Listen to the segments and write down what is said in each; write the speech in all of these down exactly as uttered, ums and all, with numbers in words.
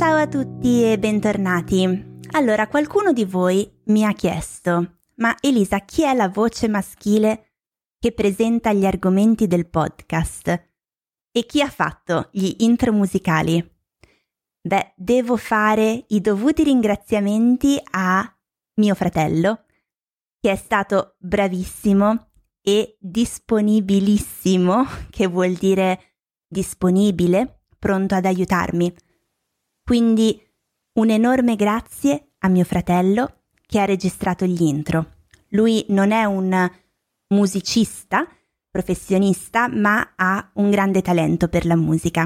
Ciao a tutti e bentornati. Allora, qualcuno di voi mi ha chiesto: ma Elisa, chi è la voce maschile che presenta gli argomenti del podcast? E chi ha fatto gli intro musicali? Beh, devo fare i dovuti ringraziamenti a mio fratello, che è stato bravissimo e disponibilissimo, che vuol dire disponibile, pronto ad aiutarmi. Quindi un enorme grazie a mio fratello che ha registrato gli intro. Lui non è un musicista professionista, ma ha un grande talento per la musica.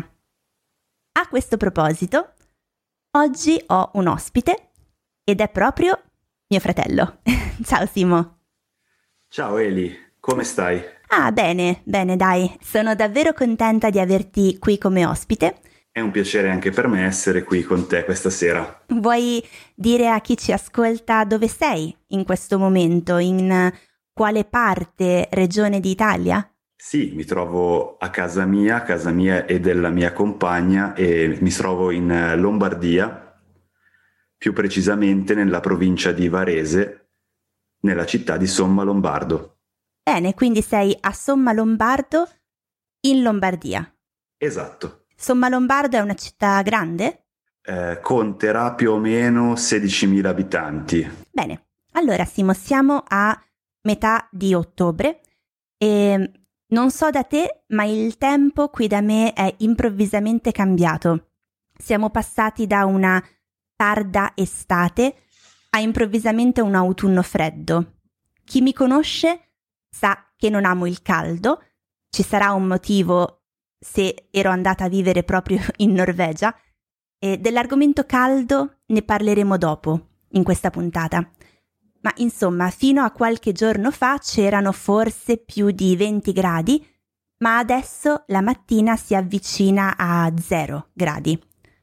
A questo proposito, oggi ho un ospite ed è proprio mio fratello. Ciao Simo. Ciao Eli, come stai? Ah, bene, bene, dai. Sono davvero contenta di averti qui come ospite. È un piacere anche per me essere qui con te questa sera. Vuoi dire a chi ci ascolta dove sei in questo momento? In quale parte, regione d'Italia? Sì, mi trovo a casa mia, casa mia e della mia compagna, e mi trovo in Lombardia, più precisamente nella provincia di Varese, nella città di Somma-Lombardo. Bene, quindi sei a Somma-Lombardo in Lombardia. Esatto. Somma-Lombardo è una città grande? Eh, conterà più o meno sedicimila abitanti. Bene, allora Simo, siamo a metà di ottobre e non so da te, ma il tempo qui da me è improvvisamente cambiato. Siamo passati da una tarda estate a improvvisamente un autunno freddo. Chi mi conosce sa che non amo il caldo, ci sarà un motivo se ero andata a vivere proprio in Norvegia, e dell'argomento caldo ne parleremo dopo in questa puntata. Ma insomma, fino a qualche giorno fa c'erano forse più di venti gradi, ma adesso la mattina si avvicina a zero gradi.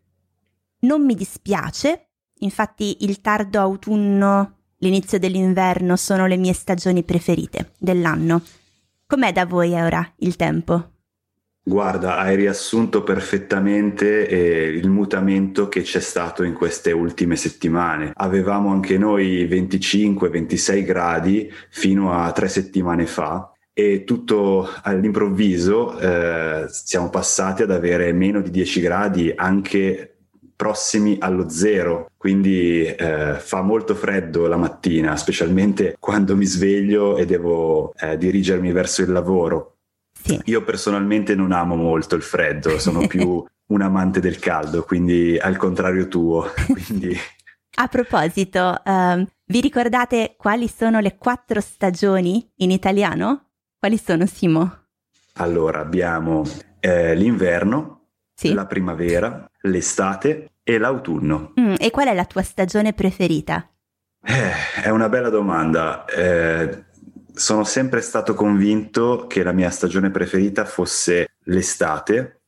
Non mi dispiace, infatti il tardo autunno, l'inizio dell'inverno sono le mie stagioni preferite dell'anno. Com'è da voi ora il tempo? Guarda, hai riassunto perfettamente eh, il mutamento che c'è stato in queste ultime settimane. Avevamo anche noi venticinque ventisei gradi fino a tre settimane fa e tutto all'improvviso eh, siamo passati ad avere meno di dieci gradi, anche prossimi allo zero, quindi eh, fa molto freddo la mattina, specialmente quando mi sveglio e devo eh, dirigermi verso il lavoro. Sì. Io personalmente non amo molto il freddo, sono più un amante del caldo, quindi al contrario tuo. Quindi... A proposito, um, vi ricordate quali sono le quattro stagioni in italiano? Quali sono, Simo? Allora, abbiamo eh, l'inverno, sì. la primavera, l'estate e l'autunno. Mm, e qual è la tua stagione preferita? Eh, è una bella domanda. Eh, sono sempre stato convinto che la mia stagione preferita fosse l'estate.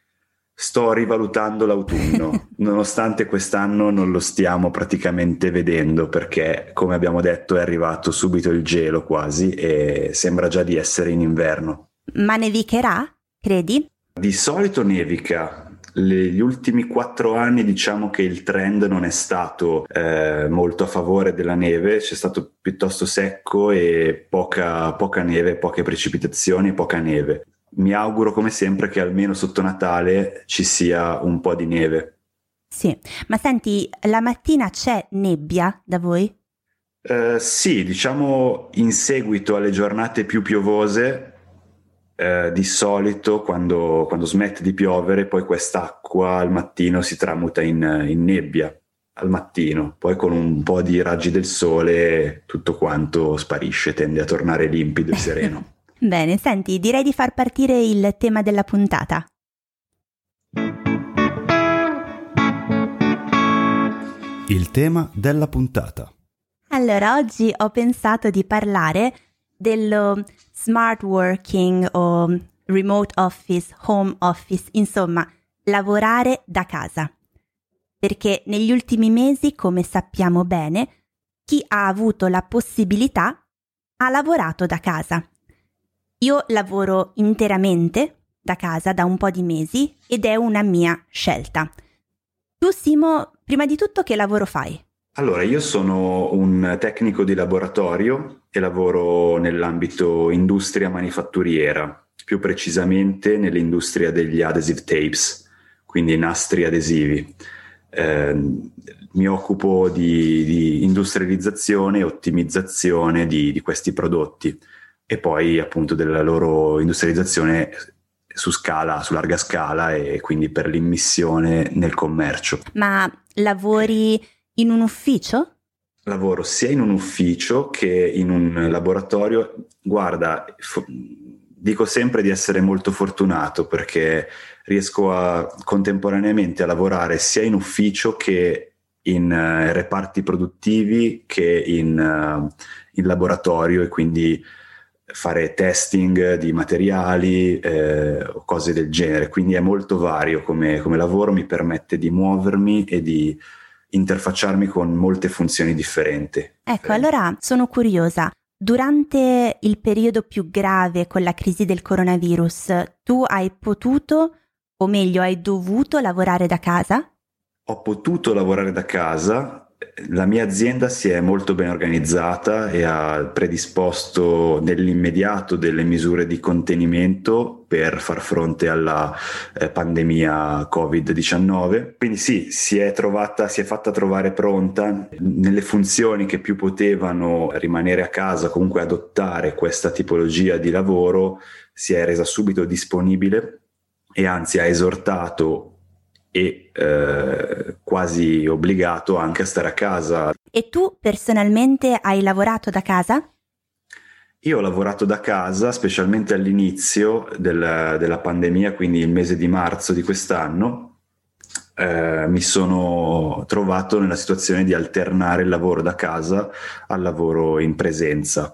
Sto rivalutando l'autunno, nonostante quest'anno non lo stiamo praticamente vedendo, perché, come abbiamo detto, è arrivato subito il gelo quasi e sembra già di essere in inverno. Ma nevicherà, credi? Di solito nevica. Le, gli ultimi quattro anni diciamo che il trend non è stato eh, molto a favore della neve, c'è stato piuttosto secco e poca, poca neve, poche precipitazioni e poca neve. Mi auguro come sempre che almeno sotto Natale ci sia un po' di neve. Sì, ma senti, la mattina c'è nebbia da voi? Eh, sì, diciamo in seguito alle giornate più piovose. Eh, di solito quando, quando smette di piovere poi quest'acqua al mattino si tramuta in, in nebbia al mattino, poi con un po' di raggi del sole tutto quanto sparisce, tende a tornare limpido e sereno. Bene, senti, direi di far partire il tema della puntata. Il tema della puntata. Allora, oggi ho pensato di parlare dello smart working o remote office, home office, insomma, lavorare da casa. Perché negli ultimi mesi, come sappiamo bene, chi ha avuto la possibilità ha lavorato da casa. Io lavoro interamente da casa da un po' di mesi ed è una mia scelta. Tu, Simo, prima di tutto che lavoro fai? Allora, io sono un tecnico di laboratorio e lavoro nell'ambito industria manifatturiera, più precisamente nell'industria degli adhesive tapes, quindi nastri adesivi. Eh, mi occupo di, di industrializzazione e ottimizzazione di, di questi prodotti e poi appunto della loro industrializzazione su scala, su larga scala e quindi per l'immissione nel commercio. Ma lavori in un ufficio? Lavoro sia in un ufficio che in un laboratorio. Guarda, fo- dico sempre di essere molto fortunato perché riesco a contemporaneamente a lavorare sia in ufficio che in uh, reparti produttivi che in, uh, in laboratorio e quindi fare testing di materiali eh, o cose del genere. Quindi è molto vario come, come lavoro, mi permette di muovermi e di interfacciarmi con molte funzioni differenti. Ecco, allora sono curiosa. Durante il periodo più grave con la crisi del coronavirus, tu hai potuto, o meglio, hai dovuto lavorare da casa? Ho potuto lavorare da casa. La mia azienda si è molto ben organizzata e ha predisposto nell'immediato delle misure di contenimento per far fronte alla eh, pandemia covid diciannove. Quindi sì, si è trovata, si è fatta trovare pronta nelle funzioni che più potevano rimanere a casa, comunque adottare questa tipologia di lavoro, si è resa subito disponibile e anzi ha esortato e eh, quasi obbligato anche a stare a casa. E tu personalmente hai lavorato da casa? Io ho lavorato da casa, specialmente all'inizio del, della pandemia, quindi il mese di marzo di quest'anno, eh, mi sono trovato nella situazione di alternare il lavoro da casa al lavoro in presenza.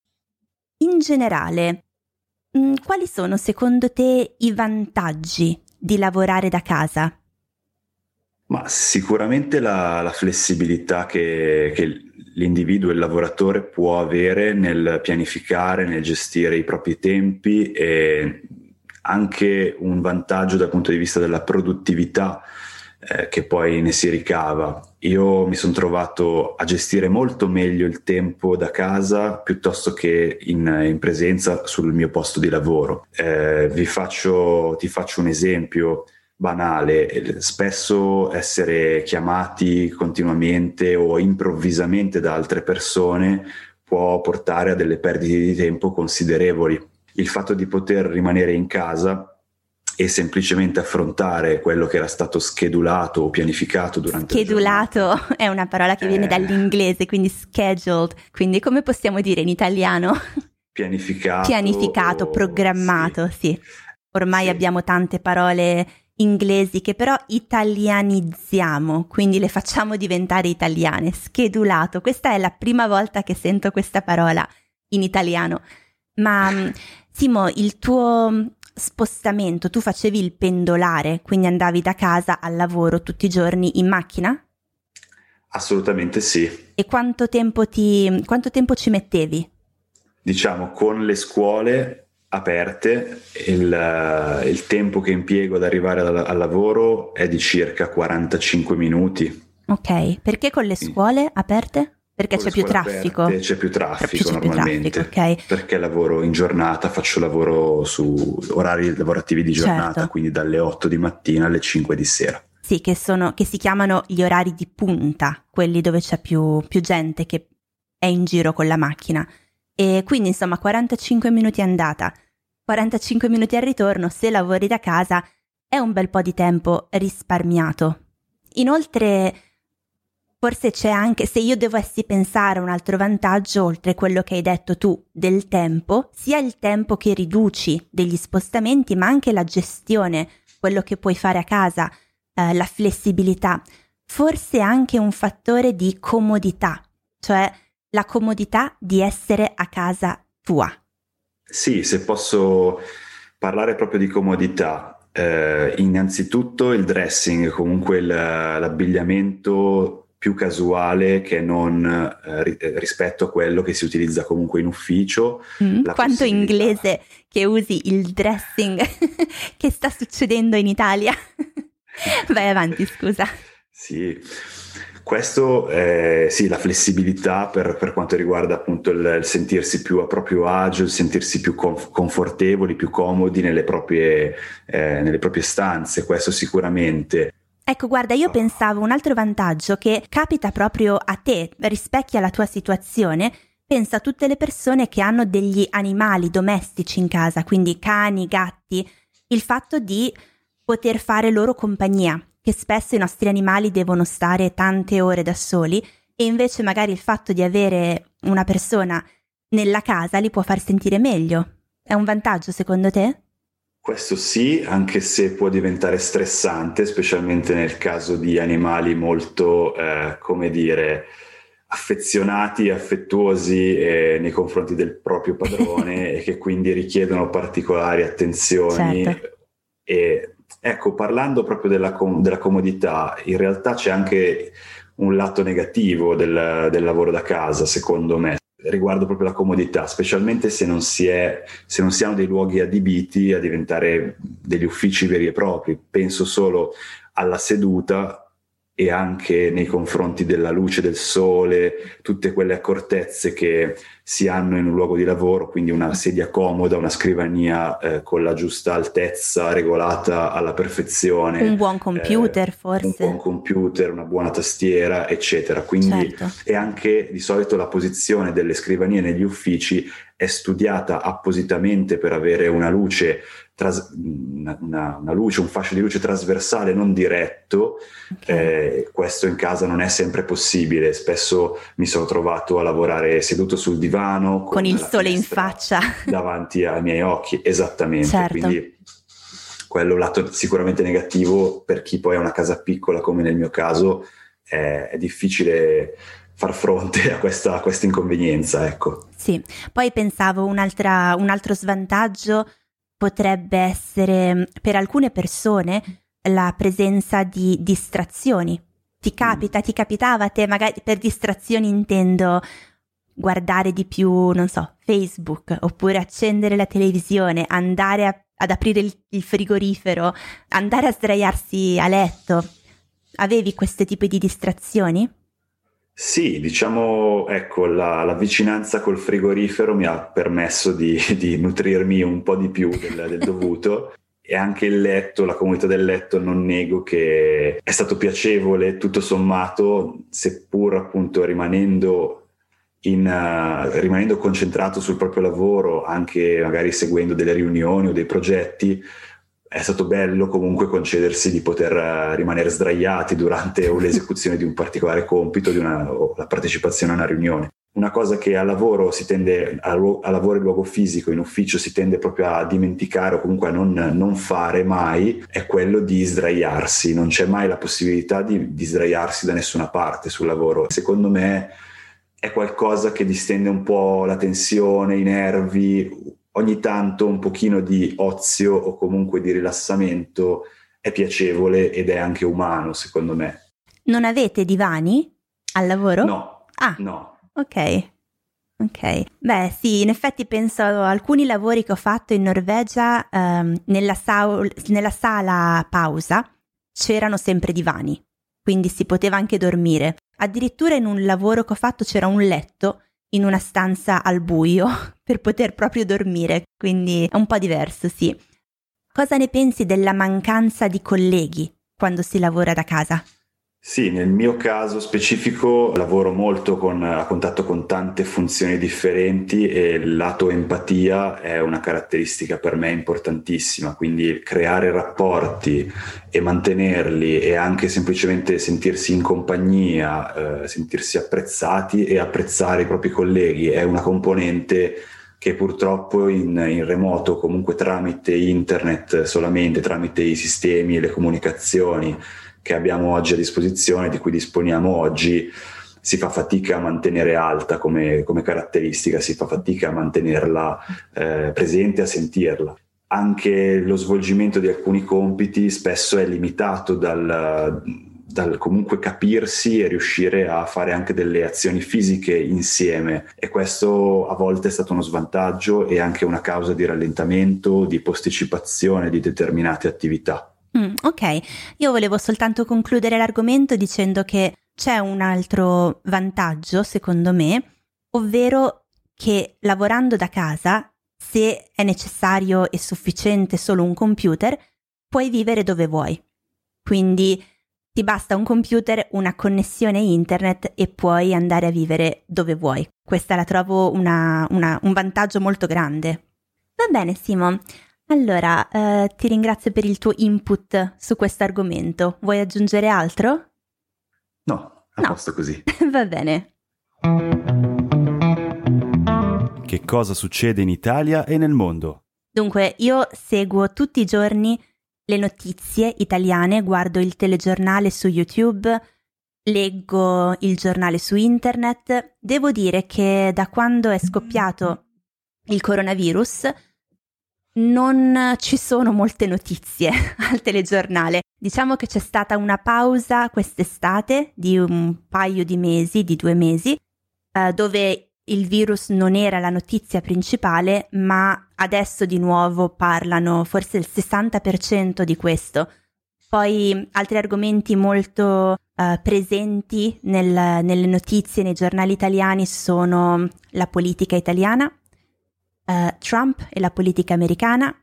In generale, mh, quali sono secondo te i vantaggi di lavorare da casa? Ma sicuramente la, la flessibilità che, che l'individuo e il lavoratore può avere nel pianificare, nel gestire i propri tempi e anche un vantaggio dal punto di vista della produttività eh, che poi ne si ricava. Io mi sono trovato a gestire molto meglio il tempo da casa piuttosto che in, in presenza sul mio posto di lavoro. Eh, vi faccio, ti faccio un esempio banale. Spesso essere chiamati continuamente o improvvisamente da altre persone può portare a delle perdite di tempo considerevoli. Il fatto di poter rimanere in casa e semplicemente affrontare quello che era stato schedulato o pianificato durante schedulato la giornata. È una parola che viene eh, dall'inglese, quindi scheduled, quindi come possiamo dire in italiano? Pianificato. Pianificato, o... programmato, sì. sì. Ormai sì. abbiamo tante parole inglesi che però italianizziamo, quindi le facciamo diventare italiane. Schedulato, questa è la prima volta che sento questa parola in italiano. Ma Simo, il tuo spostamento, tu facevi il pendolare, quindi andavi da casa al lavoro tutti i giorni in macchina? Assolutamente sì. E quanto tempo ti, quanto tempo ci mettevi? Diciamo, con le scuole aperte, il, il tempo che impiego ad arrivare al, al lavoro è di circa quarantacinque minuti. Ok, perché con le scuole aperte? Perché Con c'è più traffico? Aperte, c'è più traffico c'è normalmente. Più traffico, okay. Perché lavoro in giornata, faccio lavoro su orari lavorativi di giornata, certo. Quindi dalle otto di mattina alle cinque di sera. Sì, che sono che si chiamano gli orari di punta, quelli dove c'è più, più gente che è in giro con la macchina. E quindi insomma quarantacinque minuti andata, quarantacinque minuti al ritorno, se lavori da casa è un bel po' di tempo risparmiato. Inoltre forse c'è anche, se io dovessi pensare a un altro vantaggio oltre quello che hai detto tu del tempo, sia il tempo che riduci degli spostamenti ma anche la gestione, quello che puoi fare a casa, eh, la flessibilità, forse anche un fattore di comodità, cioè la comodità di essere a casa tua. Sì, se posso parlare proprio di comodità, eh, innanzitutto il dressing, comunque il, l'abbigliamento più casuale che non eh, rispetto a quello che si utilizza comunque in ufficio. Mm, quanto inglese che usi il dressing che sta succedendo in Italia. Vai avanti, scusa. Sì, questo eh, sì, la flessibilità per, per quanto riguarda appunto il, il sentirsi più a proprio agio, il sentirsi più conf- confortevoli, più comodi nelle proprie, eh, nelle proprie stanze, questo sicuramente. Ecco, guarda, io pensavo un altro vantaggio che capita proprio a te, rispecchia la tua situazione. Pensa a tutte le persone che hanno degli animali domestici in casa, quindi cani, gatti, il fatto di poter fare loro compagnia, che spesso i nostri animali devono stare tante ore da soli e invece magari il fatto di avere una persona nella casa li può far sentire meglio. È un vantaggio secondo te? Questo sì, anche se può diventare stressante, specialmente nel caso di animali molto, eh, come dire, affezionati, affettuosi eh, nei confronti del proprio padrone e che quindi richiedono particolari attenzioni. Certo. E ecco, parlando proprio della, com- della comodità, in realtà c'è anche un lato negativo del, del lavoro da casa, secondo me, riguardo proprio la comodità, specialmente se non si è, se non si hanno dei luoghi adibiti a diventare degli uffici veri e propri. Penso solo alla seduta e anche nei confronti della luce del sole, tutte quelle accortezze che si hanno in un luogo di lavoro, quindi una sedia comoda, una scrivania eh, con la giusta altezza, regolata alla perfezione. Un buon computer eh, forse. Un buon computer, una buona tastiera, eccetera. Quindi certo. E anche di solito la posizione delle scrivanie negli uffici è studiata appositamente per avere una luce, tras- una, una, una luce, un fascio di luce trasversale, non diretto. Okay. Eh, questo in casa non è sempre possibile. Spesso mi sono trovato a lavorare seduto sul divano con, con il sole in faccia davanti ai miei occhi, esattamente. Certo. Quindi quello è un lato sicuramente negativo per chi poi ha una casa piccola, come nel mio caso. È, è difficile far fronte a questa, a questa inconvenienza, ecco. Sì, poi pensavo un'altra, un altro svantaggio potrebbe essere per alcune persone la presenza di distrazioni. Ti capita, mm. ti capitava a te, magari per distrazioni intendo guardare di più, non so, Facebook, oppure accendere la televisione, andare a, ad aprire il, il frigorifero, andare a sdraiarsi a letto. Avevi questi tipi di distrazioni? Sì, diciamo, ecco, la, la vicinanza col frigorifero mi ha permesso di, di nutrirmi un po' di più del, del dovuto. E anche il letto, la comodità del letto, non nego che è stato piacevole tutto sommato, seppur appunto rimanendo, in, uh, rimanendo concentrato sul proprio lavoro, anche magari seguendo delle riunioni o dei progetti. È stato bello comunque concedersi di poter uh, rimanere sdraiati durante o l'esecuzione di un particolare compito, di una, o la partecipazione a una riunione. Una cosa che al lavoro si tende, a, a lavoro in luogo fisico, in ufficio, si tende proprio a dimenticare o comunque a non, non fare mai, è quello di sdraiarsi. Non c'è mai la possibilità di, di sdraiarsi da nessuna parte sul lavoro. Secondo me è qualcosa che distende un po' la tensione, i nervi. Ogni tanto un pochino di ozio o comunque di rilassamento è piacevole ed è anche umano, secondo me. Non avete divani al lavoro? No, ah, no. Ok, ok. Beh sì, in effetti penso a alcuni lavori che ho fatto in Norvegia, ehm, nella, sa- nella sala pausa c'erano sempre divani, quindi si poteva anche dormire. Addirittura in un lavoro che ho fatto c'era un letto in una stanza al buio per poter proprio dormire, quindi è un po' diverso, sì. Cosa ne pensi della mancanza di colleghi quando si lavora da casa? Sì, nel mio caso specifico lavoro molto con, a contatto con tante funzioni differenti e il lato empatia è una caratteristica per me importantissima, quindi creare rapporti e mantenerli e anche semplicemente sentirsi in compagnia, eh, sentirsi apprezzati e apprezzare i propri colleghi è una componente che purtroppo in, in remoto, comunque tramite internet solamente, tramite i sistemi e le comunicazioni che abbiamo oggi a disposizione, di cui disponiamo oggi, si fa fatica a mantenere alta come, come caratteristica, si fa fatica a mantenerla eh, presente, a sentirla. Anche lo svolgimento di alcuni compiti spesso è limitato dal, dal comunque capirsi e riuscire a fare anche delle azioni fisiche insieme, e questo a volte è stato uno svantaggio e anche una causa di rallentamento, di posticipazione di determinate attività. Mm, ok, io volevo soltanto concludere l'argomento dicendo che c'è un altro vantaggio, secondo me, ovvero che lavorando da casa, se è necessario e sufficiente solo un computer, puoi vivere dove vuoi. Quindi ti basta un computer, una connessione internet e puoi andare a vivere dove vuoi. Questa la trovo una, una, un vantaggio molto grande. Va bene, Simo. Allora, eh, ti ringrazio per il tuo input su questo argomento. Vuoi aggiungere altro? No, a no. posto così. Va bene. Che cosa succede in Italia e nel mondo? Dunque, io seguo tutti i giorni le notizie italiane, guardo il telegiornale su YouTube, leggo il giornale su internet. Devo dire che da quando è scoppiato il coronavirus non ci sono molte notizie al telegiornale. Diciamo che c'è stata una pausa quest'estate di un paio di mesi, di due mesi, eh, dove il virus non era la notizia principale, ma adesso di nuovo parlano forse il sessanta per cento di questo. Poi altri argomenti molto eh, presenti nel, nelle notizie, nei giornali italiani sono la politica italiana, eh, Trump e la politica americana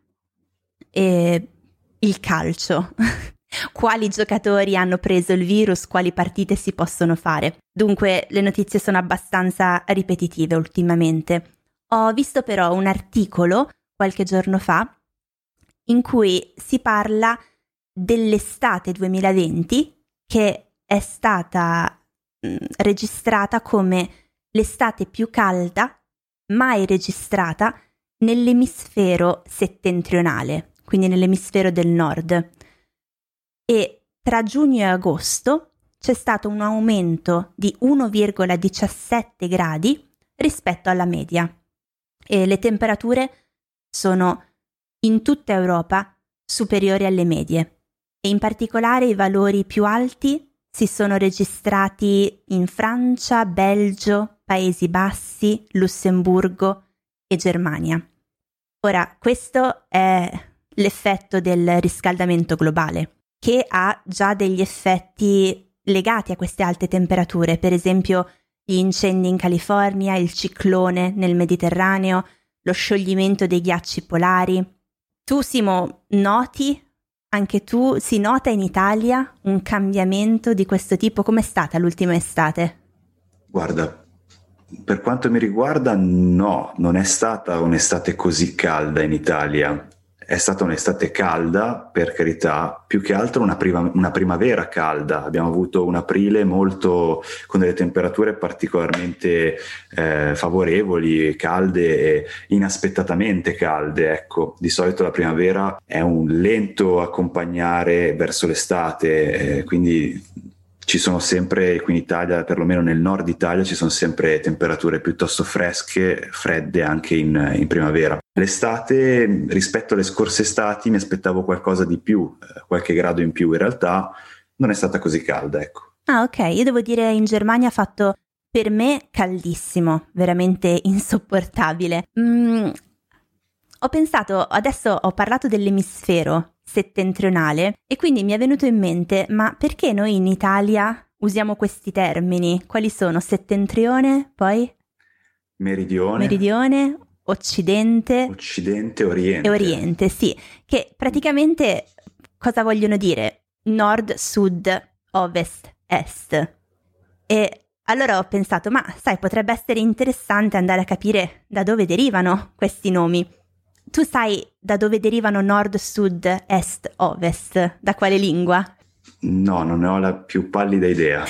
e il calcio. Quali giocatori hanno preso il virus, quali partite si possono fare. Dunque le notizie sono abbastanza ripetitive ultimamente. Ho visto però un articolo qualche giorno fa in cui si parla dell'estate duemilaventi che è stata mh, registrata come l'estate più calda mai registrata nell'emisfero settentrionale, quindi nell'emisfero del nord. E tra giugno e agosto c'è stato un aumento di uno virgola diciassette gradi rispetto alla media e le temperature sono in tutta Europa superiori alle medie e in particolare i valori più alti si sono registrati in Francia, Belgio, Paesi Bassi, Lussemburgo e Germania. Ora, questo è l'effetto del riscaldamento globale, che ha già degli effetti legati a queste alte temperature, per esempio gli incendi in California, il ciclone nel Mediterraneo, lo scioglimento dei ghiacci polari. Tu, Simo, noti, anche tu, si nota in Italia un cambiamento di questo tipo? Com'è stata l'ultima estate? Guarda, per quanto mi riguarda, no, non è stata un'estate così calda in Italia. È stata un'estate calda, per carità, più che altro una, prima, una primavera calda. Abbiamo avuto un aprile molto con delle temperature particolarmente eh, favorevoli, calde e inaspettatamente calde. Ecco, di solito la primavera è un lento accompagnare verso l'estate, eh, quindi ci sono sempre, qui in Italia, perlomeno nel nord Italia, ci sono sempre temperature piuttosto fresche, fredde anche in, in primavera. L'estate, rispetto alle scorse estati, mi aspettavo qualcosa di più, qualche grado in più. In realtà non è stata così calda, ecco. Ah, ok. Io devo dire in Germania ha fatto per me caldissimo, veramente insopportabile. Mm, ho pensato, adesso ho parlato dell'emisfero settentrionale e quindi mi è venuto in mente, ma perché noi in Italia usiamo questi termini? Quali sono? Settentrione, poi? Meridione. Meridione, occidente. Occidente, oriente. E oriente, sì. Che praticamente cosa vogliono dire? Nord, sud, ovest, est. E allora ho pensato, ma sai, potrebbe essere interessante andare a capire da dove derivano questi nomi. Tu sai da dove derivano nord, sud, est, ovest? Da quale lingua? No, non ne ho la più pallida idea.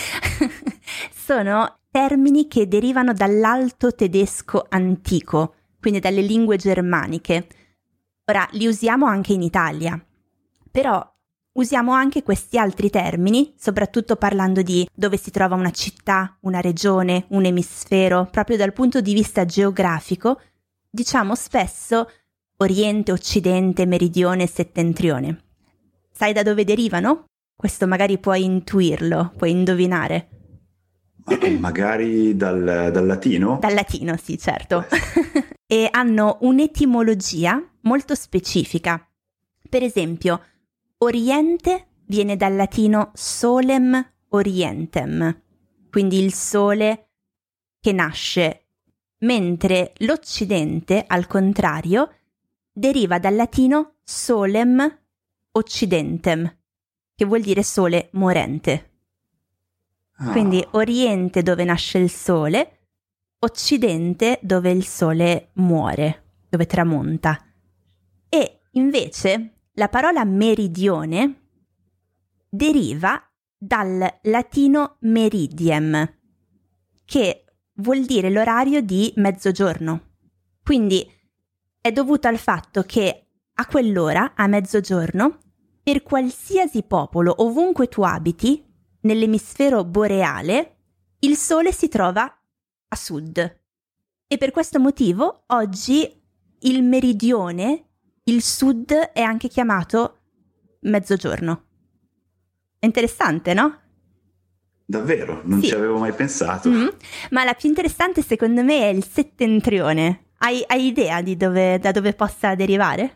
Sono termini che derivano dall'alto tedesco antico, quindi dalle lingue germaniche. Ora, li usiamo anche in Italia, però usiamo anche questi altri termini, soprattutto parlando di dove si trova una città, una regione, un emisfero, proprio dal punto di vista geografico, diciamo spesso Oriente, Occidente, Meridione, Settentrione. Sai da dove derivano? Questo magari puoi intuirlo, puoi indovinare. Ma magari dal, dal latino? Dal latino, sì, certo. E hanno un'etimologia molto specifica. Per esempio, Oriente viene dal latino solem orientem, quindi il sole che nasce, mentre l'Occidente, al contrario, deriva dal latino solem occidentem, che vuol dire sole morente. Ah. Quindi Oriente dove nasce il sole, Occidente dove il sole muore, dove tramonta. E invece la parola meridione deriva dal latino meridiem, che vuol dire l'orario di mezzogiorno. Quindi è dovuto al fatto che a quell'ora, a mezzogiorno, per qualsiasi popolo, ovunque tu abiti, nell'emisfero boreale, il sole si trova a sud. E per questo motivo oggi il meridione, il sud, è anche chiamato mezzogiorno. È interessante, no? Davvero, non Sì. ci avevo mai pensato. Mm-hmm. Ma la più interessante secondo me è il settentrione. Hai, hai idea di dove, da dove possa derivare?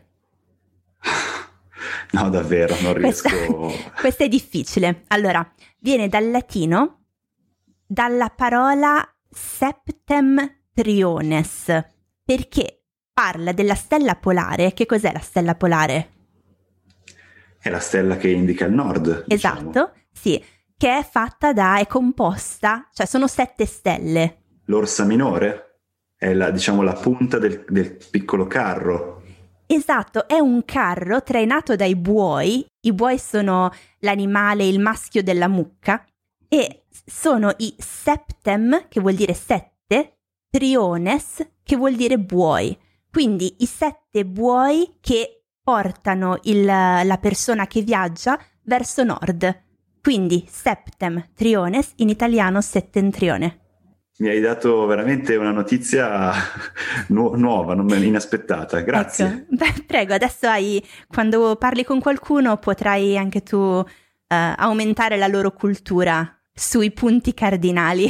No, davvero, non riesco. Questa, questa è difficile. Allora, viene dal latino, dalla parola septentriones, perché parla della stella polare. Che cos'è la stella polare? È la stella che indica il nord. Esatto, diciamo. sì, che è fatta da, è composta, cioè sono sette stelle. L'Orsa Minore è la, diciamo, la punta del, del piccolo carro. Esatto, è un carro trainato dai buoi. I buoi sono l'animale, il maschio della mucca, e sono i septem, che vuol dire sette, triones, che vuol dire buoi. Quindi i sette buoi che portano il, la persona che viaggia verso nord. Quindi septem triones, in italiano settentrione. Mi hai dato veramente una notizia nu- nuova, non- inaspettata, grazie. Ecco. Beh, prego, adesso hai, quando parli con qualcuno potrai anche tu uh, aumentare la loro cultura sui punti cardinali.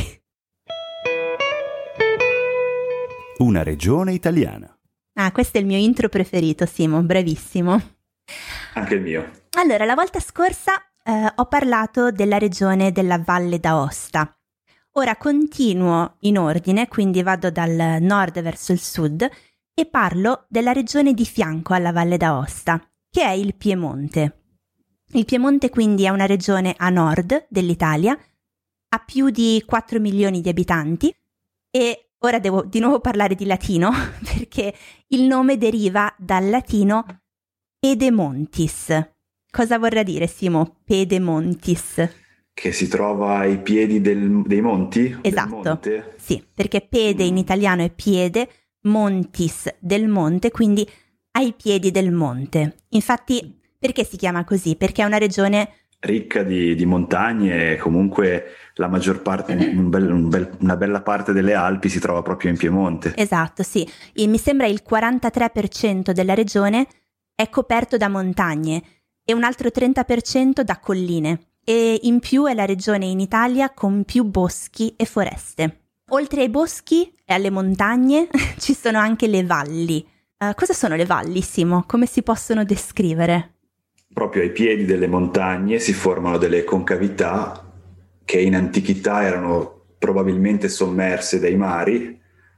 Una regione italiana. Ah, questo è il mio intro preferito, Simo, bravissimo. Anche il mio. Allora, la volta scorsa uh, ho parlato della regione della Valle d'Aosta. Ora continuo in ordine, quindi vado dal nord verso il sud e parlo della regione di fianco alla Valle d'Aosta, che è il Piemonte. Il Piemonte quindi è una regione a nord dell'Italia, ha più di quattro milioni di abitanti e ora devo di nuovo parlare di latino perché il nome deriva dal latino Pedemontis. Cosa vorrà dire, Simo, Pedemontis? Che si trova ai piedi del, dei monti? Esatto, Del monte? Sì, perché pede in italiano è piede, montis del monte, quindi ai piedi del monte. Infatti, perché si chiama così? Perché è una regione Ricca di, di montagne e comunque la maggior parte, un bel, un bel, una bella parte delle Alpi si trova proprio in Piemonte. Esatto, sì. E mi sembra il quarantatré per cento della regione è coperto da montagne e un altro trenta per cento da colline. E in più è la regione in Italia con più boschi e foreste. Oltre ai boschi e alle montagne ci sono anche le valli. Uh, cosa sono le valli, Simo? Come si possono descrivere? Proprio ai piedi delle montagne si formano delle concavità che in antichità erano probabilmente sommerse dai mari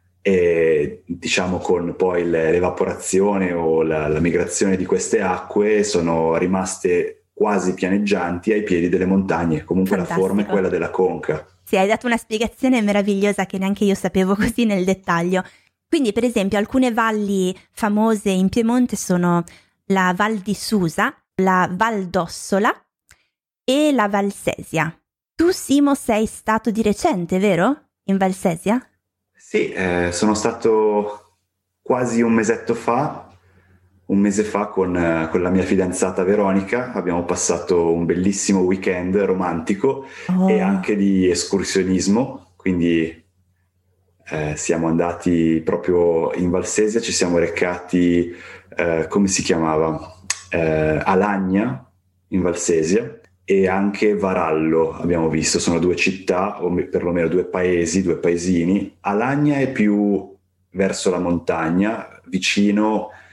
e diciamo con poi l'evaporazione o la, la migrazione di queste acque sono rimaste quasi pianeggianti ai piedi delle montagne. Comunque Fantastico. La forma è quella della conca. Sì, hai dato una spiegazione meravigliosa che neanche io sapevo così nel dettaglio. Quindi, per esempio, alcune valli famose in Piemonte sono la Val di Susa, la Val d'Ossola e la Val Sesia. Tu, Simo, sei stato di recente, vero? In Val Sesia? Sì, eh, sono stato quasi un mesetto fa, un mese fa con, eh, con la mia fidanzata Veronica. Abbiamo passato un bellissimo weekend romantico Oh. e anche di escursionismo, quindi eh, siamo andati proprio in Val Sesia, ci siamo recati, eh, come si chiamava? Eh, Alagna in Val Sesia e anche Varallo abbiamo visto. Sono due città, o perlomeno due paesi, due paesini. Alagna è più verso la montagna, vicino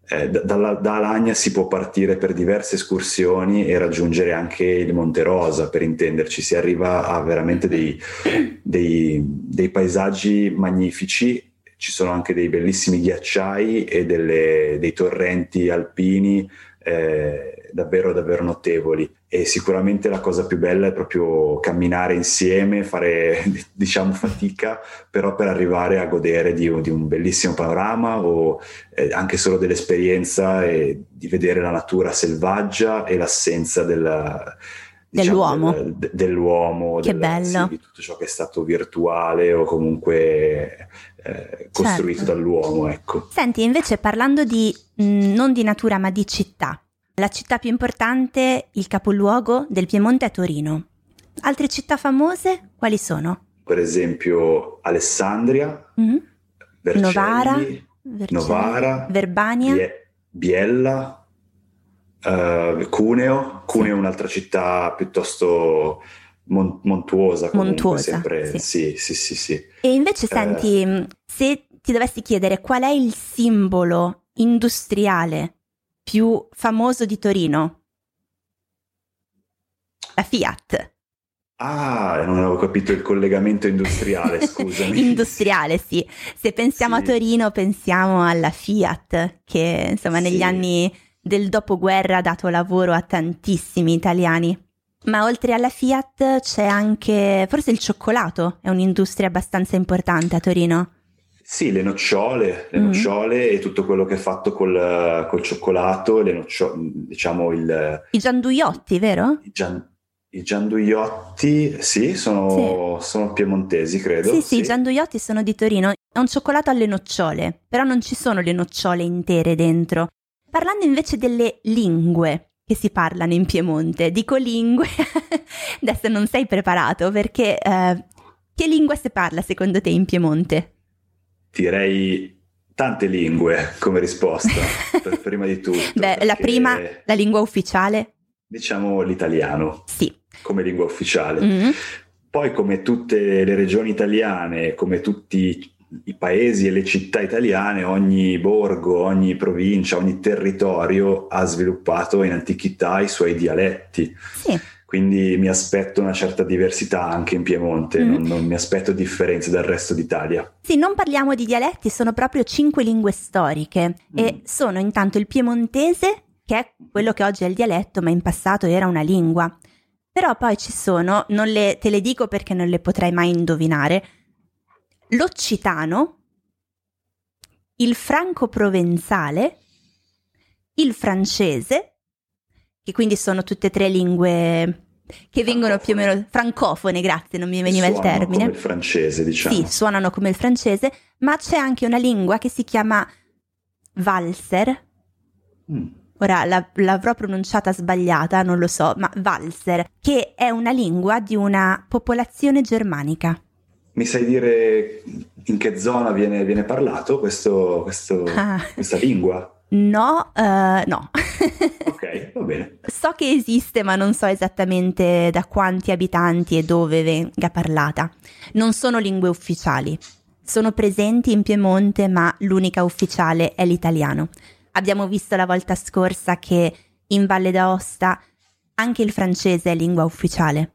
Eh, da, dalla, da Alagna si può partire per diverse escursioni e raggiungere anche il Monte Rosa, per intenderci. Si arriva a veramente dei, dei, dei paesaggi magnifici. Ci sono anche dei bellissimi ghiacciai e delle, dei torrenti alpini eh, davvero davvero notevoli, e sicuramente la cosa più bella è proprio camminare insieme, fare diciamo fatica, però per arrivare a godere di, di un bellissimo panorama, o eh, anche solo dell'esperienza e di vedere la natura selvaggia e l'assenza della, diciamo, dell'uomo, del, dell'uomo che del, bello, sì, di tutto ciò che è stato virtuale o comunque eh, costruito certo. dall'uomo, ecco. Senti, invece parlando di mh, non di natura ma di città, la città più importante, il capoluogo del Piemonte è Torino. Altre città famose quali sono? Per esempio Alessandria, Mm-hmm. Vercelli, Novara, Vercelli, Novara, Verbania, Bie- Biella, uh, Cuneo. Cuneo sì. è un'altra città piuttosto mon- montuosa, comunque, montuosa, sempre. sì. Sì, sì, sì, sì. E invece Eh, senti, se ti dovessi chiedere qual è il simbolo industriale più famoso di Torino? La Fiat. Ah, non avevo capito il collegamento industriale, scusami. Industriale, sì. Se pensiamo Sì. a Torino pensiamo alla Fiat, che insomma negli Sì. anni del dopoguerra ha dato lavoro a tantissimi italiani. Ma oltre alla Fiat c'è anche, forse il cioccolato, è un'industria abbastanza importante a Torino. Sì, le nocciole, le Mm. nocciole e tutto quello che è fatto col, col cioccolato, le noccio- diciamo il, I gianduiotti, vero? i, gian- i gianduiotti, sì, sono, sono piemontesi, credo. Sì, sì, i gianduiotti sono di Torino. È un cioccolato alle nocciole, però non ci sono le nocciole intere dentro. Parlando invece delle lingue che si parlano in Piemonte, dico lingue, adesso non sei preparato perché eh, che lingua si parla secondo te in Piemonte? Direi tante lingue come risposta, per, prima di tutto. Beh, la perché, prima, la lingua ufficiale? Diciamo l'italiano, Sì. come lingua ufficiale. Mm-hmm. Poi, come tutte le regioni italiane, come tutti i paesi e le città italiane, ogni borgo, ogni provincia, ogni territorio ha sviluppato in antichità i suoi dialetti. Sì. Quindi mi aspetto una certa diversità anche in Piemonte, mm. non, non mi aspetto differenze dal resto d'Italia. Sì, non parliamo di dialetti, sono proprio cinque lingue storiche mm. e sono intanto il piemontese, che è quello che oggi è il dialetto, ma in passato era una lingua. Però poi ci sono, non le, te le dico perché non le potrai mai indovinare, l'occitano, il franco-provenzale, il francese, che quindi sono tutte e tre lingue che vengono più o meno francofone, grazie, non mi veniva il termine. Suonano come il francese, diciamo. Sì, suonano come il francese, ma c'è anche una lingua che si chiama Walser. Mm. Ora la, l'avrò pronunciata sbagliata, non lo so, ma Walser, che è una lingua di una popolazione germanica. Mi sai dire in che zona viene, viene parlato questo, questo, ah. questa lingua? No, uh, no. Ok, va bene. So che esiste, ma non so esattamente da quanti abitanti e dove venga parlata. Non sono lingue ufficiali. Sono presenti in Piemonte, ma l'unica ufficiale è l'italiano. Abbiamo visto la volta scorsa che in Valle d'Aosta anche il francese è lingua ufficiale.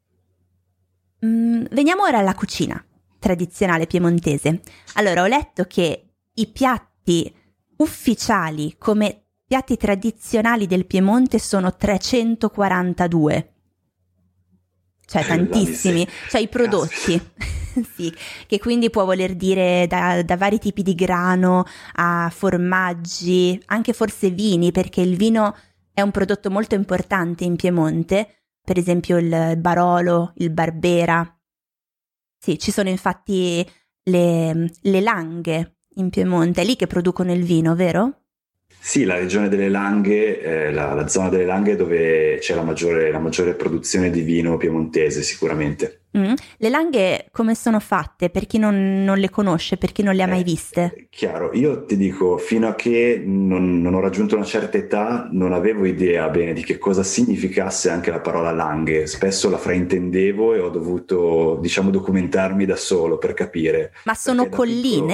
Mm, veniamo ora alla cucina tradizionale piemontese. Allora, ho letto che i piatti ufficiali come piatti tradizionali del Piemonte sono trecentoquarantadue. Cioè tantissimi, cioè i prodotti. Sì, che quindi può voler dire da, da vari tipi di grano a formaggi, anche forse vini, perché il vino è un prodotto molto importante in Piemonte, per esempio il Barolo, il Barbera. Sì, ci sono infatti le, le Langhe in Piemonte, è lì che producono il vino, vero? Sì, la regione delle Langhe, eh, la, la zona delle Langhe dove c'è la maggiore, la maggiore produzione di vino piemontese sicuramente. Mm. Le Langhe come sono fatte? Per chi non, non le conosce, per chi non le ha mai viste? Eh, chiaro, io ti dico, fino a che non, non ho raggiunto una certa età non avevo idea bene di che cosa significasse anche la parola Langhe. Spesso la fraintendevo e ho dovuto, diciamo, documentarmi da solo per capire. Ma sono colline? Piccolo...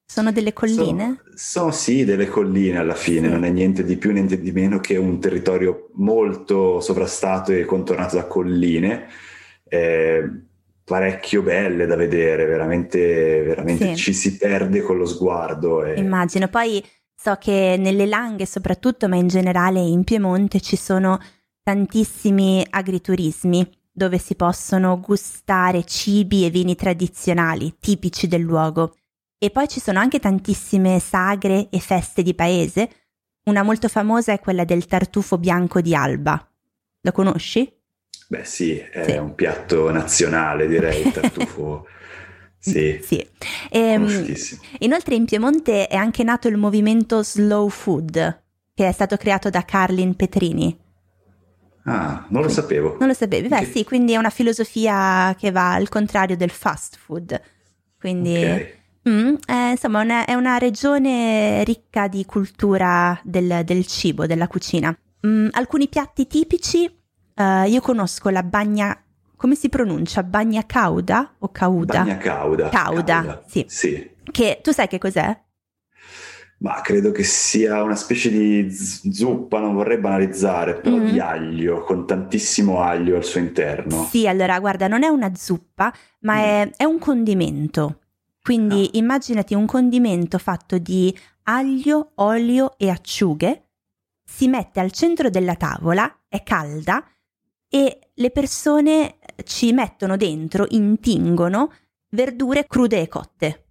Sono delle colline? Sono, sono sì delle colline alla fine, Sì. non è niente di più, niente di meno che un territorio molto sovrastato e contornato da colline, eh, parecchio belle da vedere, veramente, veramente Sì. ci si perde con lo sguardo. E... Immagino. Poi so che nelle Langhe soprattutto, ma in generale in Piemonte, ci sono tantissimi agriturismi dove si possono gustare cibi e vini tradizionali tipici del luogo. E poi ci sono anche tantissime sagre e feste di paese. Una molto famosa è quella del tartufo bianco di Alba. Lo conosci? Beh sì, è Sì. un piatto nazionale, direi, il tartufo. Sì, Sì. Ehm, conosciutissimo. inoltre in Piemonte è anche nato il movimento Slow Food, che è stato creato da Carlin Petrini. Ah, non lo sapevo. Non lo sapevi? Beh Che- sì, quindi è una filosofia che va al contrario del fast food. Quindi, Ok. mm, è, insomma, una- è una regione ricca di cultura del, del cibo, della cucina. Mm, alcuni piatti tipici, eh, io conosco la bagna, come si pronuncia? Bagna cauda o cauda? Bagna cauda. Cauda, sì. Sì. Che tu sai che cos'è? Ma credo che sia una specie di z- zuppa, non vorrei banalizzare, però Mhm. di aglio, con tantissimo aglio al suo interno. Sì, allora guarda, non è una zuppa, ma Mm. è, è un condimento. Quindi Ah. immaginati un condimento fatto di aglio, olio e acciughe, si mette al centro della tavola, è calda e le persone ci mettono dentro, intingono verdure crude e cotte.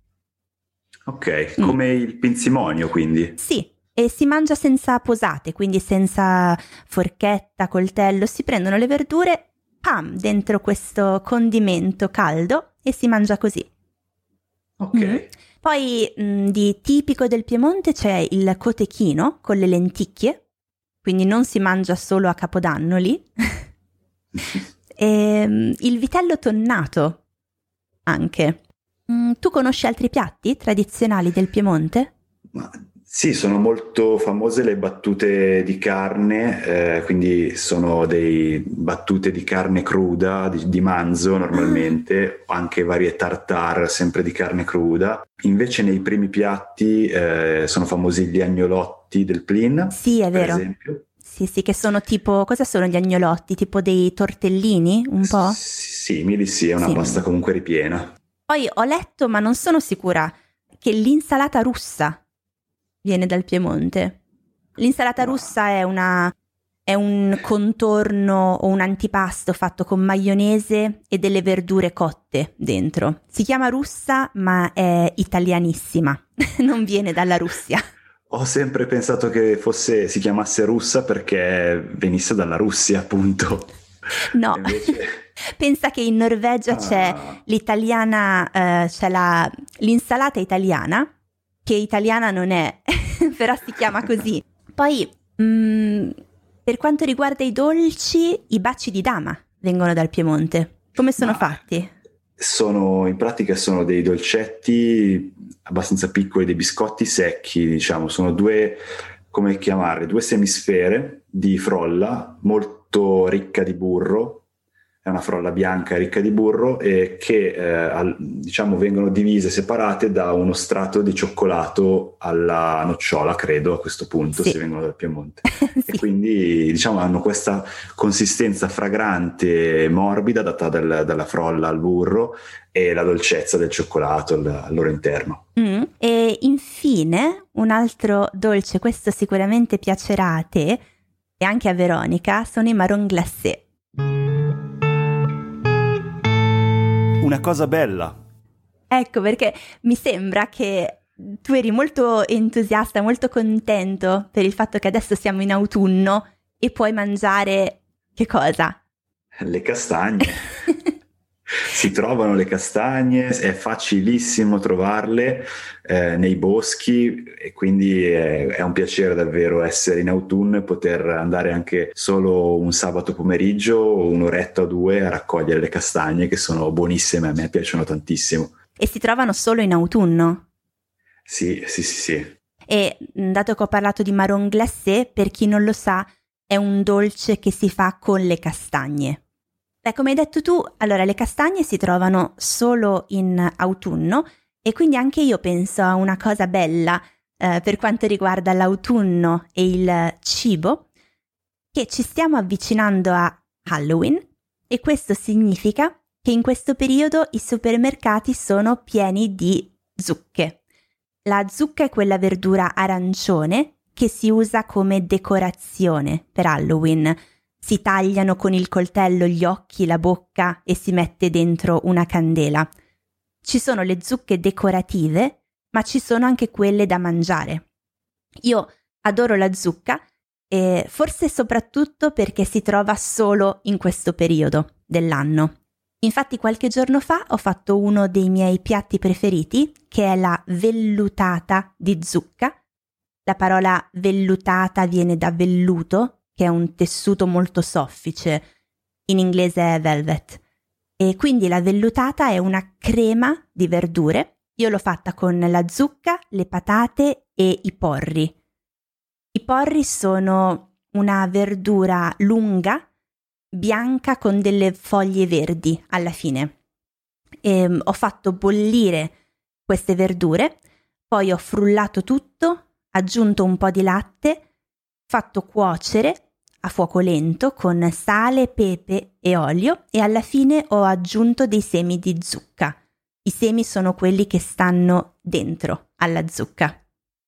Ok, Mm. come il pinzimonio, quindi. Sì, e si mangia senza posate, quindi senza forchetta, coltello, si prendono le verdure, pam, dentro questo condimento caldo e si mangia così. Ok. Mm. Poi mh, di tipico del Piemonte c'è il cotechino con le lenticchie, quindi non si mangia solo a Capodanno lì. E, mh, il vitello tonnato anche. Mm, tu conosci altri piatti tradizionali del Piemonte? Ma sì, sono molto famose le battute di carne, eh, quindi sono dei battute di carne cruda, di, di manzo normalmente, o anche varie tartare sempre di carne cruda. Invece nei primi piatti eh, sono famosi gli agnolotti del Plin, Sì, è per vero. esempio. Sì, sì, che sono tipo, cosa sono gli agnolotti? Tipo dei tortellini, un po'? S- Simili, sì, è una Sì. pasta comunque ripiena. Poi ho letto, ma non sono sicura, che l'insalata russa viene dal Piemonte. L'insalata No. russa è una è un contorno o un antipasto fatto con maionese e delle verdure cotte dentro. Si chiama russa, ma è italianissima. Non viene dalla Russia. Ho sempre pensato che fosse, si chiamasse russa perché venisse dalla Russia, appunto. No. Invece... Pensa che in Norvegia Ah. c'è l'italiana, eh, c'è la, l'insalata italiana, che italiana non è, però si chiama così. Poi, mh, per quanto riguarda i dolci, i baci di dama vengono dal Piemonte. Come sono Ma fatti? sono, in pratica sono dei dolcetti abbastanza piccoli, dei biscotti secchi, diciamo, sono due, come chiamarli, due semisfere di frolla molto ricca di burro. È una frolla bianca ricca di burro e che eh, al, diciamo vengono divise, separate da uno strato di cioccolato alla nocciola, credo a questo punto, Sì. se vengono dal Piemonte. Sì. E quindi diciamo hanno questa consistenza fragrante e morbida data dal, dalla frolla al burro e la dolcezza del cioccolato al, al loro interno. Mm. E infine un altro dolce, questo sicuramente piacerà a te e anche a Veronica, sono i marron glacé. Una cosa bella. Ecco perché mi sembra che tu eri molto entusiasta, molto contento per il fatto che adesso siamo in autunno e puoi mangiare che cosa? Le castagne. Si trovano le castagne, è facilissimo trovarle eh, nei boschi e quindi è, è un piacere davvero essere in autunno e poter andare anche solo un sabato pomeriggio o un'oretta o due a raccogliere le castagne che sono buonissime, a me piacciono tantissimo. E si trovano solo in autunno? Sì, sì, sì, sì. E dato che ho parlato di marron glacé, per chi non lo sa, è un dolce che si fa con le castagne. Beh, come hai detto tu, allora le castagne si trovano solo in autunno E quindi anche io penso a una cosa bella eh, per quanto riguarda l'autunno e il cibo, che ci stiamo avvicinando a Halloween e questo significa che in questo periodo i supermercati sono pieni di zucche. La zucca è quella verdura arancione che si usa come decorazione per Halloween. Si tagliano con il coltello gli occhi, la bocca e si mette dentro una candela. Ci sono le zucche decorative, ma ci sono anche quelle da mangiare. Io adoro la zucca, e forse soprattutto perché si trova solo in questo periodo dell'anno. Infatti qualche giorno fa ho fatto uno dei miei piatti preferiti, che è la vellutata di zucca. La parola vellutata viene da velluto, che è un tessuto molto soffice, in inglese è velvet. E quindi la vellutata è una crema di verdure. Io l'ho fatta con la zucca, le patate e i porri. I porri sono una verdura lunga, bianca con delle foglie verdi alla fine. E ho fatto bollire queste verdure, poi ho frullato tutto, aggiunto un po' di latte, fatto cuocere a fuoco lento con sale, pepe e olio e alla fine ho aggiunto dei semi di zucca. I semi sono quelli che stanno dentro alla zucca.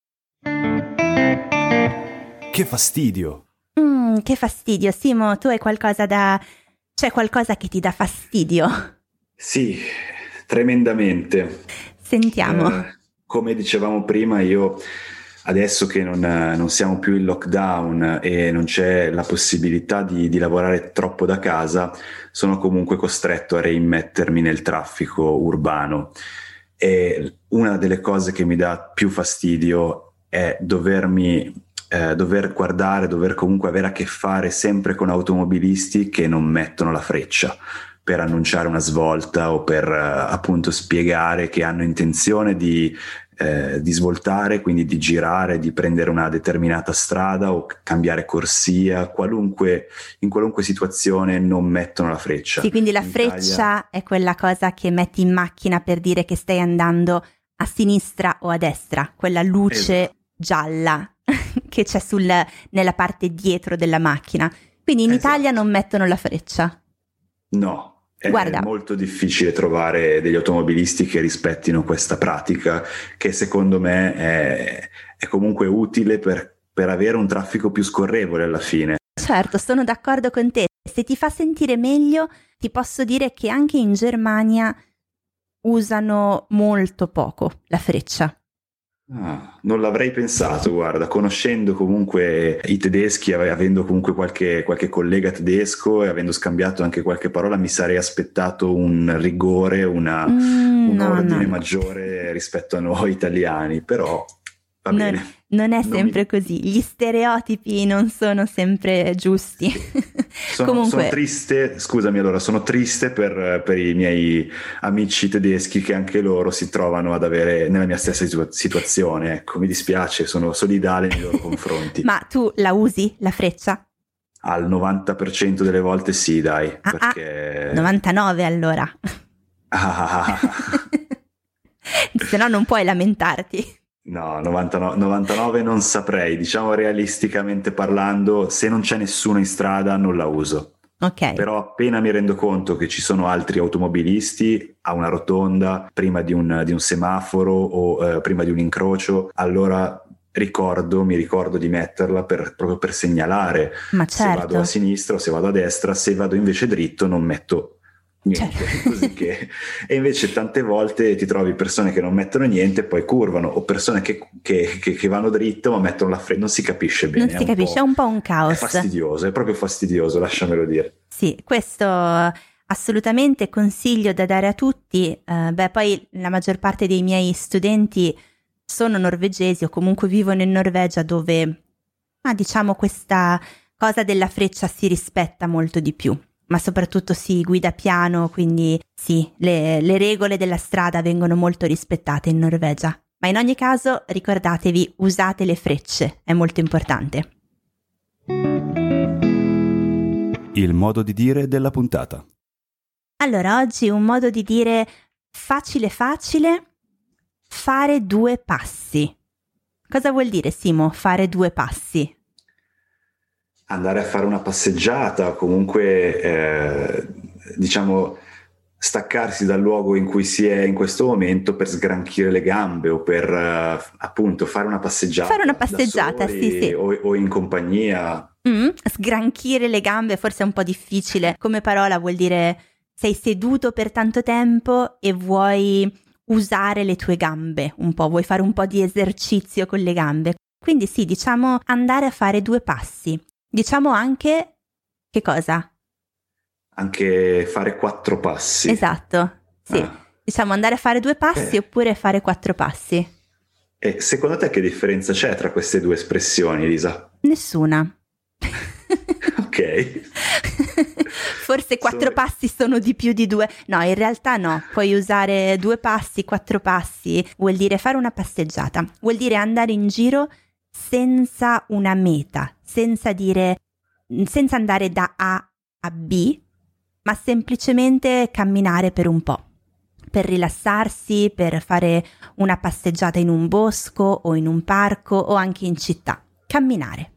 Che fastidio! Mm, che fastidio, Simo, tu hai qualcosa da... c'è qualcosa che ti dà fastidio? Sì, tremendamente. Sentiamo. Eh, come dicevamo prima, io adesso che non, non siamo più in lockdown e non c'è la possibilità di, di lavorare troppo da casa, sono comunque costretto a reimmettermi nel traffico urbano. E una delle cose che mi dà più fastidio è dovermi... Eh, dover guardare, dover comunque avere a che fare sempre con automobilisti che non mettono la freccia per annunciare una svolta o per eh, appunto spiegare che hanno intenzione di, eh, di svoltare, quindi di girare, di prendere una determinata strada o cambiare corsia, qualunque, in qualunque situazione non mettono la freccia. Sì, quindi la in freccia Italia... è quella cosa che metti in macchina per dire che stai andando a sinistra o a destra, quella luce Esatto. gialla che c'è sul, nella parte dietro della macchina. Quindi in Esatto. Italia non mettono la freccia. No, è Guarda. molto difficile trovare degli automobilisti che rispettino questa pratica, che secondo me è, è comunque utile per, per avere un traffico più scorrevole alla fine. Certo, sono d'accordo con te. Se ti fa sentire meglio, ti posso dire che anche in Germania usano molto poco la freccia. Ah, non l'avrei pensato, guarda, conoscendo comunque i tedeschi, avendo comunque qualche, qualche collega tedesco e avendo scambiato anche qualche parola, mi sarei aspettato un rigore, una, Mm, un no, ordine no. maggiore rispetto a noi italiani, però va Non, bene. non è Non sempre mi- così, gli stereotipi non sono sempre giusti. Sono, Comunque, sono triste, scusami allora, sono triste per, per i miei amici tedeschi che anche loro si trovano ad avere nella mia stessa situa- situazione, ecco, mi dispiace, sono solidale nei loro confronti. ma tu la usi la freccia? Al novanta per cento delle volte sì, dai, Ah, ah, perché... novantanove allora. Ah, Se no non puoi lamentarti. no, novantanove, novantanove non saprei, diciamo realisticamente parlando, se non c'è nessuno in strada non la uso. Ok. Però appena mi rendo conto che ci sono altri automobilisti a una rotonda, prima di un, di un semaforo o eh, prima di un incrocio, allora ricordo, mi ricordo di metterla per, proprio per segnalare Ma se vado certo. a sinistra o se vado a destra. Se vado invece dritto non metto niente, Certo. così che... E invece tante volte ti trovi persone che non mettono niente e poi curvano, o persone che, che, che, che vanno dritto ma mettono la freccia, non si capisce bene. Non si è un capisce, po'- è un po' un È caos. fastidioso, è proprio fastidioso, lasciamelo dire. Sì, questo assolutamente consiglio da dare a tutti. Eh, beh, poi la maggior parte dei miei studenti sono norvegesi o comunque vivono in Norvegia, dove, ah, diciamo, questa cosa della freccia si rispetta molto di più, ma soprattutto si guida piano, quindi sì, le, le regole della strada vengono molto rispettate in Norvegia. Ma in ogni caso ricordatevi, usate le frecce, è molto importante. Il modo di dire della puntata. Allora, oggi un modo di dire facile facile fare due passi. Cosa vuol dire, Simo, fare due passi? Andare a fare una passeggiata, comunque eh, diciamo staccarsi dal luogo in cui si è in questo momento per sgranchire le gambe o per uh, appunto fare una passeggiata. Fare una passeggiata, da soli, sì, sì. O, o in compagnia. Mm, sgranchire le gambe forse è un po' difficile. Come parola vuol dire sei seduto per tanto tempo e vuoi usare le tue gambe un po', vuoi fare un po' di esercizio con le gambe. Quindi sì, diciamo andare a fare due passi. Diciamo anche che cosa? Anche fare quattro passi. Esatto, sì. Ah. Diciamo andare a fare due passi eh. oppure fare quattro passi. E secondo te che differenza c'è tra queste due espressioni, Elisa? Nessuna. Ok. Forse quattro sono... passi sono di più di due. No, in realtà no. Puoi usare due passi, quattro passi. Vuol dire fare una passeggiata. Vuol dire andare in giro senza una meta, senza dire, senza andare da A a B, ma semplicemente camminare per un po', per rilassarsi, per fare una passeggiata in un bosco o in un parco o anche in città. Camminare.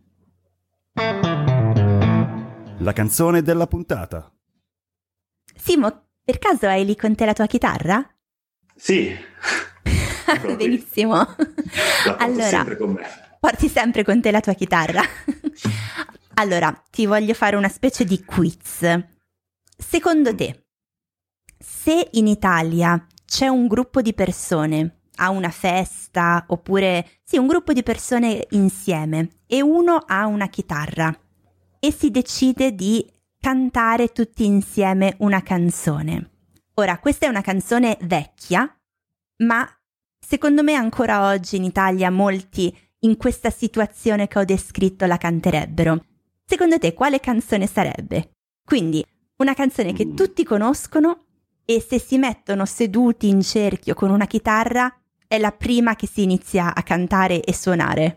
La canzone della puntata. Simo, per caso hai lì con te la tua chitarra? Sì. Benissimo. La porto allora, sempre con me. Porti sempre con te la tua chitarra. Allora, ti voglio fare una specie di quiz. Secondo te, se in Italia c'è un gruppo di persone a una festa, oppure sì, un gruppo di persone insieme, e uno ha una chitarra e si decide di cantare tutti insieme una canzone. Ora, questa è una canzone vecchia, ma secondo me ancora oggi in Italia molti in questa situazione che ho descritto la canterebbero. Secondo te quale canzone sarebbe? Quindi una canzone che tutti conoscono e se si mettono seduti in cerchio con una chitarra è la prima che si inizia a cantare e suonare.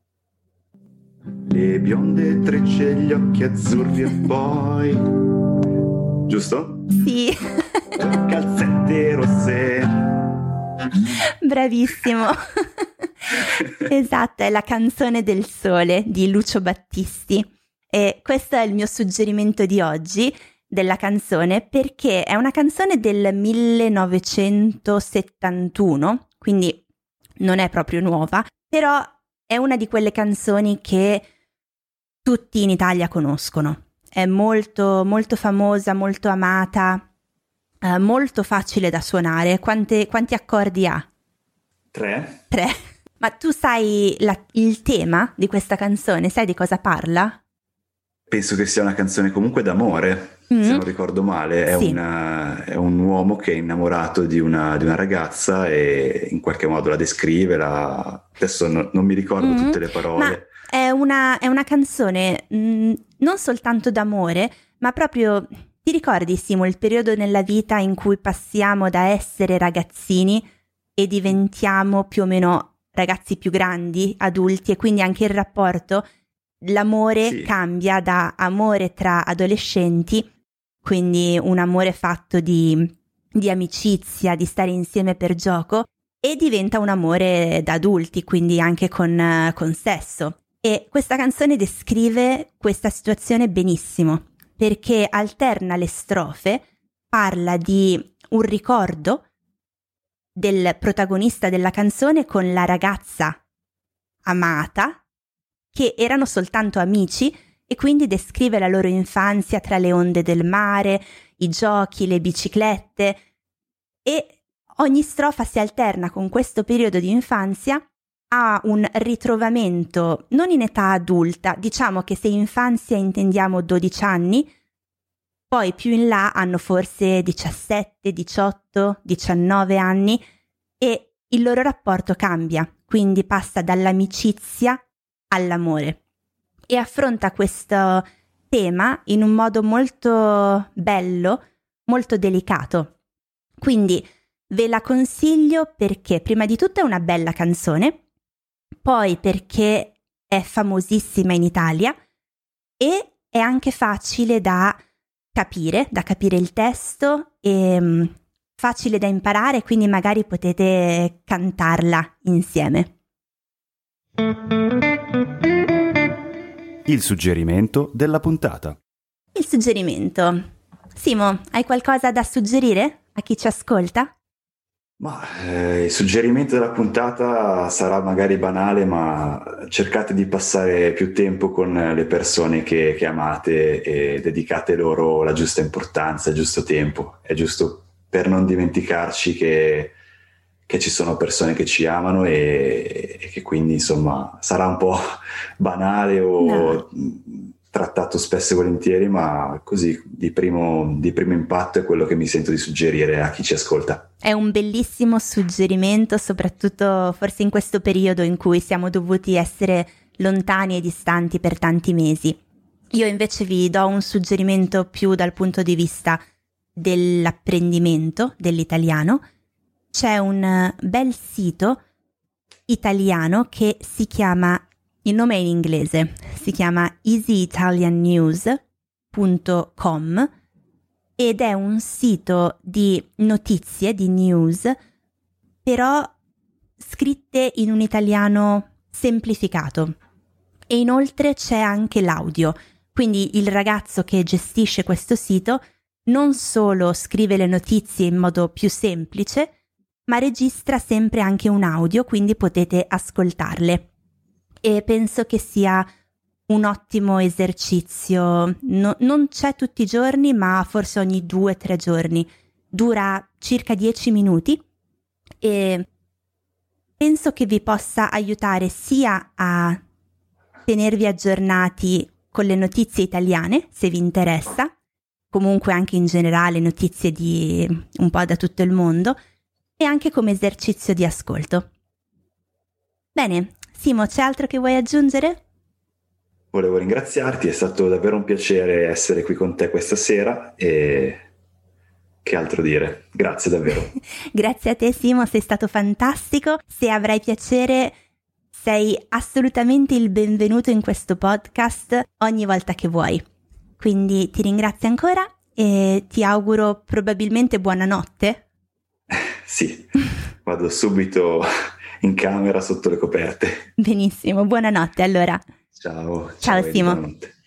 Le bionde trecce, gli occhi azzurri e poi... Giusto? Sì. Calzette rosse. Bravissimo. Esatto, è la canzone del sole di Lucio Battisti e questo è il mio suggerimento di oggi della canzone perché è una canzone del millenovecentosettantuno, quindi non è proprio nuova, però è una di quelle canzoni che tutti in Italia conoscono. È molto molto famosa, molto amata, eh, molto facile da suonare. Quante, quanti accordi ha? Tre. Tre. Ma tu sai la, il tema di questa canzone? Sai di cosa parla? Penso che sia una canzone comunque d'amore, mm. se non ricordo male. È, sì. una, è un uomo che è innamorato di una, di una ragazza e in qualche modo la descrive. La... Adesso no, non mi ricordo mm. tutte le parole. Ma è una, è una canzone mh, non soltanto d'amore, ma proprio... Ti ricordi, Simo, il periodo nella vita in cui passiamo da essere ragazzini e diventiamo più o meno ragazzi più grandi, adulti, e quindi anche il rapporto, l'amore sì. cambia da amore tra adolescenti, quindi un amore fatto di, di amicizia, di stare insieme per gioco, e diventa un amore da adulti, quindi anche con, con sesso. E questa canzone descrive questa situazione benissimo, perché alterna le strofe, parla di un ricordo del protagonista della canzone con la ragazza amata, che erano soltanto amici, e quindi descrive la loro infanzia tra le onde del mare, i giochi, le biciclette, e ogni strofa si alterna con questo periodo di infanzia a un ritrovamento non in età adulta, diciamo che se infanzia intendiamo dodici anni, poi più in là hanno forse diciassette, diciotto, diciannove anni e il loro rapporto cambia, quindi passa dall'amicizia all'amore e affronta questo tema in un modo molto bello, molto delicato. Quindi ve la consiglio perché prima di tutto è una bella canzone, poi perché è famosissima in Italia e è anche facile da capire, da capire il testo e facile da imparare, quindi magari potete cantarla insieme. Il suggerimento della puntata. Il suggerimento. Simo, hai qualcosa da suggerire a chi ci ascolta? Ma eh, il suggerimento della puntata sarà magari banale, ma cercate di passare più tempo con le persone che, che amate e dedicate loro la giusta importanza, il giusto tempo. È giusto per non dimenticarci che, che ci sono persone che ci amano e, e che quindi insomma sarà un po' banale o no. trattato spesso e volentieri, ma così di primo, di primo impatto è quello che mi sento di suggerire a chi ci ascolta. È un bellissimo suggerimento, soprattutto forse in questo periodo in cui siamo dovuti essere lontani e distanti per tanti mesi. Io invece vi do un suggerimento più dal punto di vista dell'apprendimento dell'italiano. C'è un bel sito italiano che si chiama, il nome è in inglese, si chiama easy italian news punto com ed è un sito di notizie, di news, però scritte in un italiano semplificato. E inoltre c'è anche l'audio, quindi il ragazzo che gestisce questo sito non solo scrive le notizie in modo più semplice, ma registra sempre anche un audio, quindi potete ascoltarle. E penso che sia un ottimo esercizio. No, non c'è tutti i giorni, ma forse ogni due o tre giorni. Dura circa dieci minuti e penso che vi possa aiutare sia a tenervi aggiornati con le notizie italiane, se vi interessa, comunque anche in generale notizie di un po' da tutto il mondo, e anche come esercizio di ascolto. Bene, Simo, c'è altro che vuoi aggiungere? Volevo ringraziarti, è stato davvero un piacere essere qui con te questa sera e che altro dire, grazie davvero. Grazie a te Simo, sei stato fantastico. Se avrai piacere sei assolutamente il benvenuto in questo podcast ogni volta che vuoi. Quindi ti ringrazio ancora e ti auguro probabilmente buonanotte. Sì, vado subito in camera sotto le coperte. Benissimo, buonanotte allora. Ciao. Ciao, ciao Simo. Buonanotte.